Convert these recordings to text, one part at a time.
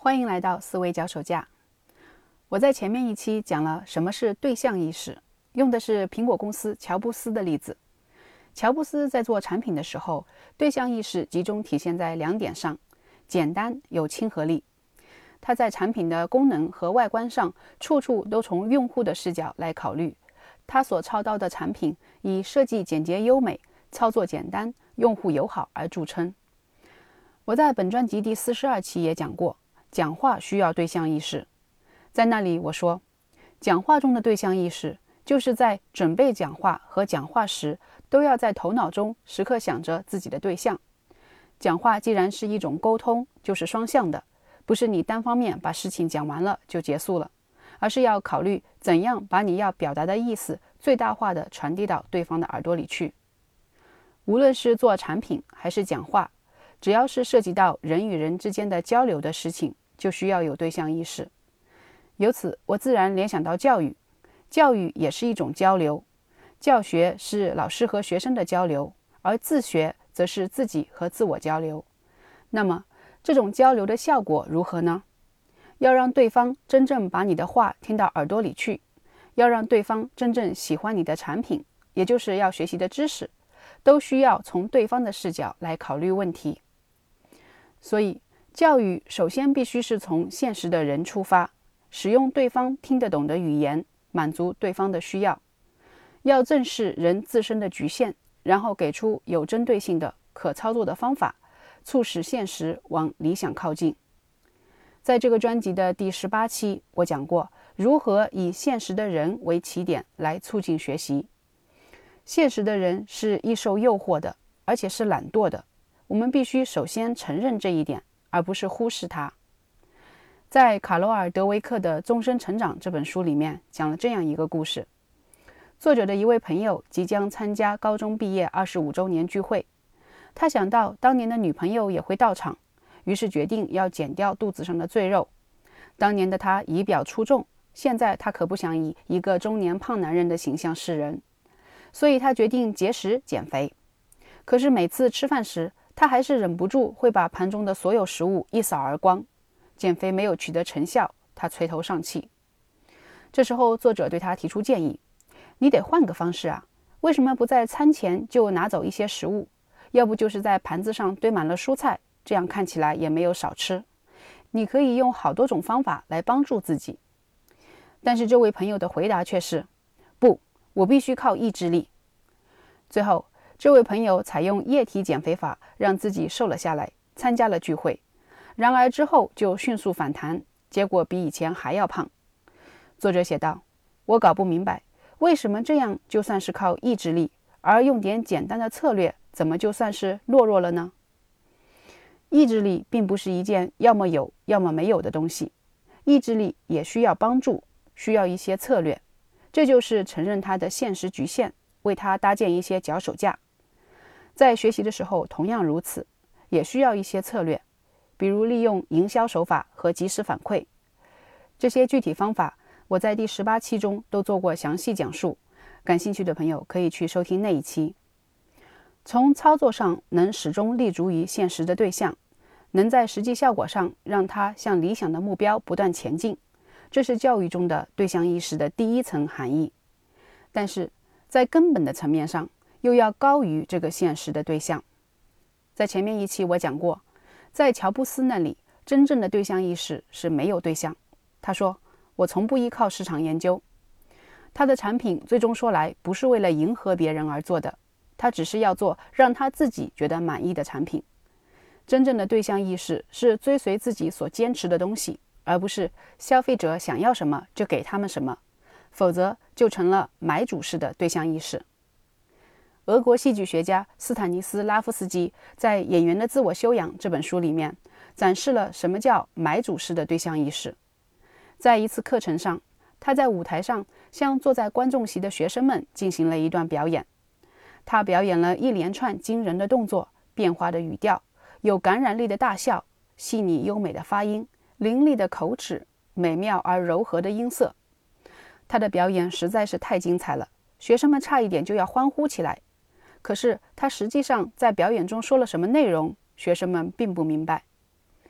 欢迎来到思维脚手架。我在前面一期讲了什么是对象意识，用的是苹果公司乔布斯的例子。乔布斯在做产品的时候，对象意识集中体现在两点上：简单有亲和力。他在产品的功能和外观上，处处都从用户的视角来考虑。他所操刀的产品以设计简洁优美、操作简单、用户友好而著称。我在本专辑第42期也讲过，讲话需要对象意识。在那里我说，讲话中的对象意识，就是在准备讲话和讲话时，都要在头脑中时刻想着自己的对象。讲话既然是一种沟通，就是双向的，不是你单方面把事情讲完了就结束了，而是要考虑怎样把你要表达的意思最大化地传递到对方的耳朵里去。无论是做产品还是讲话，只要是涉及到人与人之间的交流的事情，就需要有对象意识。由此，我自然联想到教育，教育也是一种交流。教学是老师和学生的交流，而自学则是自己和自我交流。那么，这种交流的效果如何呢？要让对方真正把你的话听到耳朵里去，要让对方真正喜欢你的产品，也就是要学习的知识，都需要从对方的视角来考虑问题。所以，教育首先必须是从现实的人出发，使用对方听得懂的语言，满足对方的需要。要正视人自身的局限，然后给出有针对性的、可操作的方法，促使现实往理想靠近。在这个专辑的第18期，我讲过如何以现实的人为起点来促进学习。现实的人是易受诱惑的，而且是懒惰的。我们必须首先承认这一点，而不是忽视它。在卡罗尔·德维克的《终身成长》这本书里面讲了这样一个故事。作者的一位朋友即将参加高中毕业25周年聚会，他想到当年的女朋友也会到场，于是决定要减掉肚子上的赘肉。当年的他仪表出众，现在他可不想以一个中年胖男人的形象示人，所以他决定节食减肥。可是每次吃饭时，他还是忍不住会把盘中的所有食物一扫而光，减肥没有取得成效，他垂头丧气。这时候作者对他提出建议，你得换个方式啊，为什么不在餐前就拿走一些食物？要不就是在盘子上堆满了蔬菜，这样看起来也没有少吃。你可以用好多种方法来帮助自己。但是这位朋友的回答却是，不，我必须靠意志力。最后这位朋友采用液体减肥法让自己瘦了下来，参加了聚会。然而之后就迅速反弹，结果比以前还要胖。作者写道，我搞不明白，为什么这样就算是靠意志力，而用点简单的策略，怎么就算是懦弱了呢？意志力并不是一件要么有要么没有的东西，意志力也需要帮助，需要一些策略。这就是承认它的现实局限，为它搭建一些脚手架。在学习的时候同样如此，也需要一些策略，比如利用营销手法和及时反馈。这些具体方法我在第18期中都做过详细讲述，感兴趣的朋友可以去收听那一期。从操作上能始终立足于现实的对象，能在实际效果上让它向理想的目标不断前进，这是教育中的对象意识的第一层含义。但是在根本的层面上，又要高于这个现实的对象。在前面一期我讲过，在乔布斯那里，真正的对象意识是没有对象。他说，我从不依靠市场研究。他的产品最终说来不是为了迎合别人而做的，他只是要做让他自己觉得满意的产品。真正的对象意识是追随自己所坚持的东西，而不是消费者想要什么就给他们什么，否则就成了买主式的对象意识。俄国戏剧学家斯坦尼斯拉夫斯基在《演员的自我修养》这本书里面展示了什么叫买主式的对象意识。在一次课程上，他在舞台上向坐在观众席的学生们进行了一段表演。他表演了一连串惊人的动作，变化的语调，有感染力的大笑，细腻优美的发音，凌厉的口齿，美妙而柔和的音色。他的表演实在是太精彩了，学生们差一点就要欢呼起来。可是他实际上在表演中说了什么内容，学生们并不明白。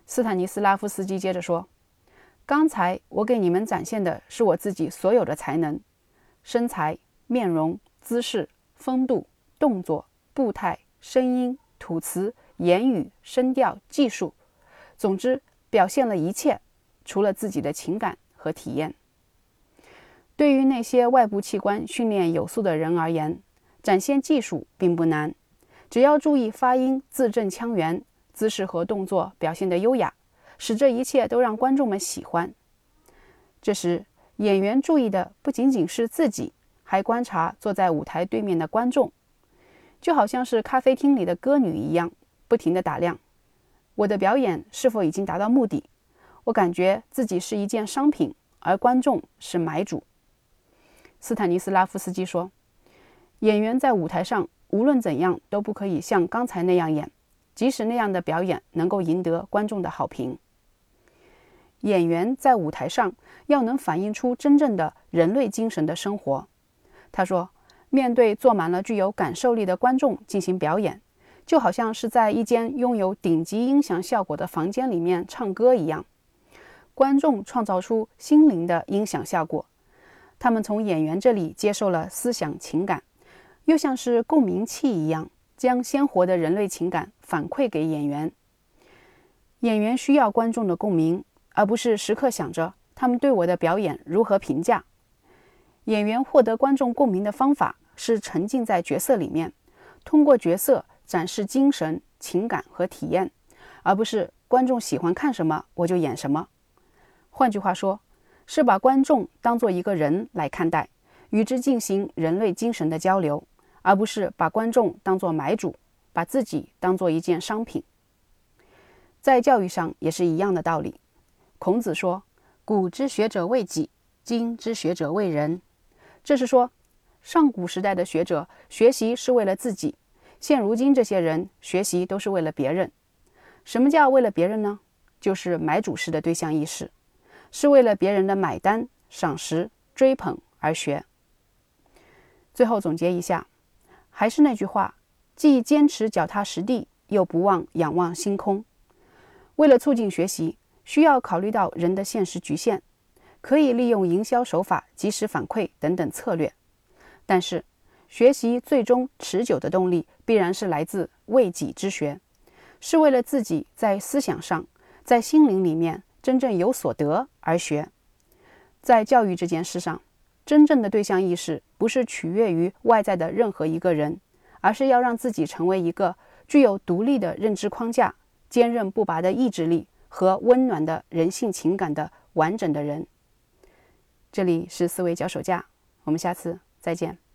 斯坦尼斯拉夫斯基接着说，刚才我给你们展现的是我自己所有的才能，身材、面容、姿势、风度、动作、步态、声音、吐词、言语、声调、技术，总之表现了一切，除了自己的情感和体验。对于那些外部器官训练有素的人而言，展现技术并不难，只要注意发音字正腔圆，姿势和动作表现得优雅，使这一切都让观众们喜欢。这时，演员注意的不仅仅是自己，还观察坐在舞台对面的观众，就好像是咖啡厅里的歌女一样，不停地打量我的表演是否已经达到目的。我感觉自己是一件商品，而观众是买主。斯坦尼斯拉夫斯基说，演员在舞台上无论怎样都不可以像刚才那样演，即使那样的表演能够赢得观众的好评。演员在舞台上要能反映出真正的人类精神的生活。他说，面对坐满了具有感受力的观众进行表演，就好像是在一间拥有顶级音响效果的房间里面唱歌一样。观众创造出心灵的音响效果，他们从演员这里接受了思想情感，又像是共鸣器一样，将鲜活的人类情感反馈给演员。演员需要观众的共鸣，而不是时刻想着他们对我的表演如何评价。演员获得观众共鸣的方法是沉浸在角色里面，通过角色展示精神、情感和体验，而不是观众喜欢看什么我就演什么。换句话说，是把观众当作一个人来看待，与之进行人类精神的交流，而不是把观众当作买主，把自己当作一件商品。在教育上也是一样的道理。孔子说，古之学者为己，今之学者为人。这是说，上古时代的学者学习是为了自己，现如今这些人学习都是为了别人。什么叫为了别人呢？就是买主式的对象意识，是为了别人的买单、赏识、追捧而学。最后总结一下，还是那句话，既坚持脚踏实地，又不忘仰望星空。为了促进学习，需要考虑到人的现实局限，可以利用营销手法、及时反馈等等策略。但是，学习最终持久的动力必然是来自为己之学，是为了自己在思想上、在心灵里面真正有所得而学。在教育这件事上，真正的对象意识不是取悦于外在的任何一个人，而是要让自己成为一个具有独立的认知框架、坚韧不拔的意志力和温暖的人性情感的完整的人。这里是思维脚手架，我们下次再见。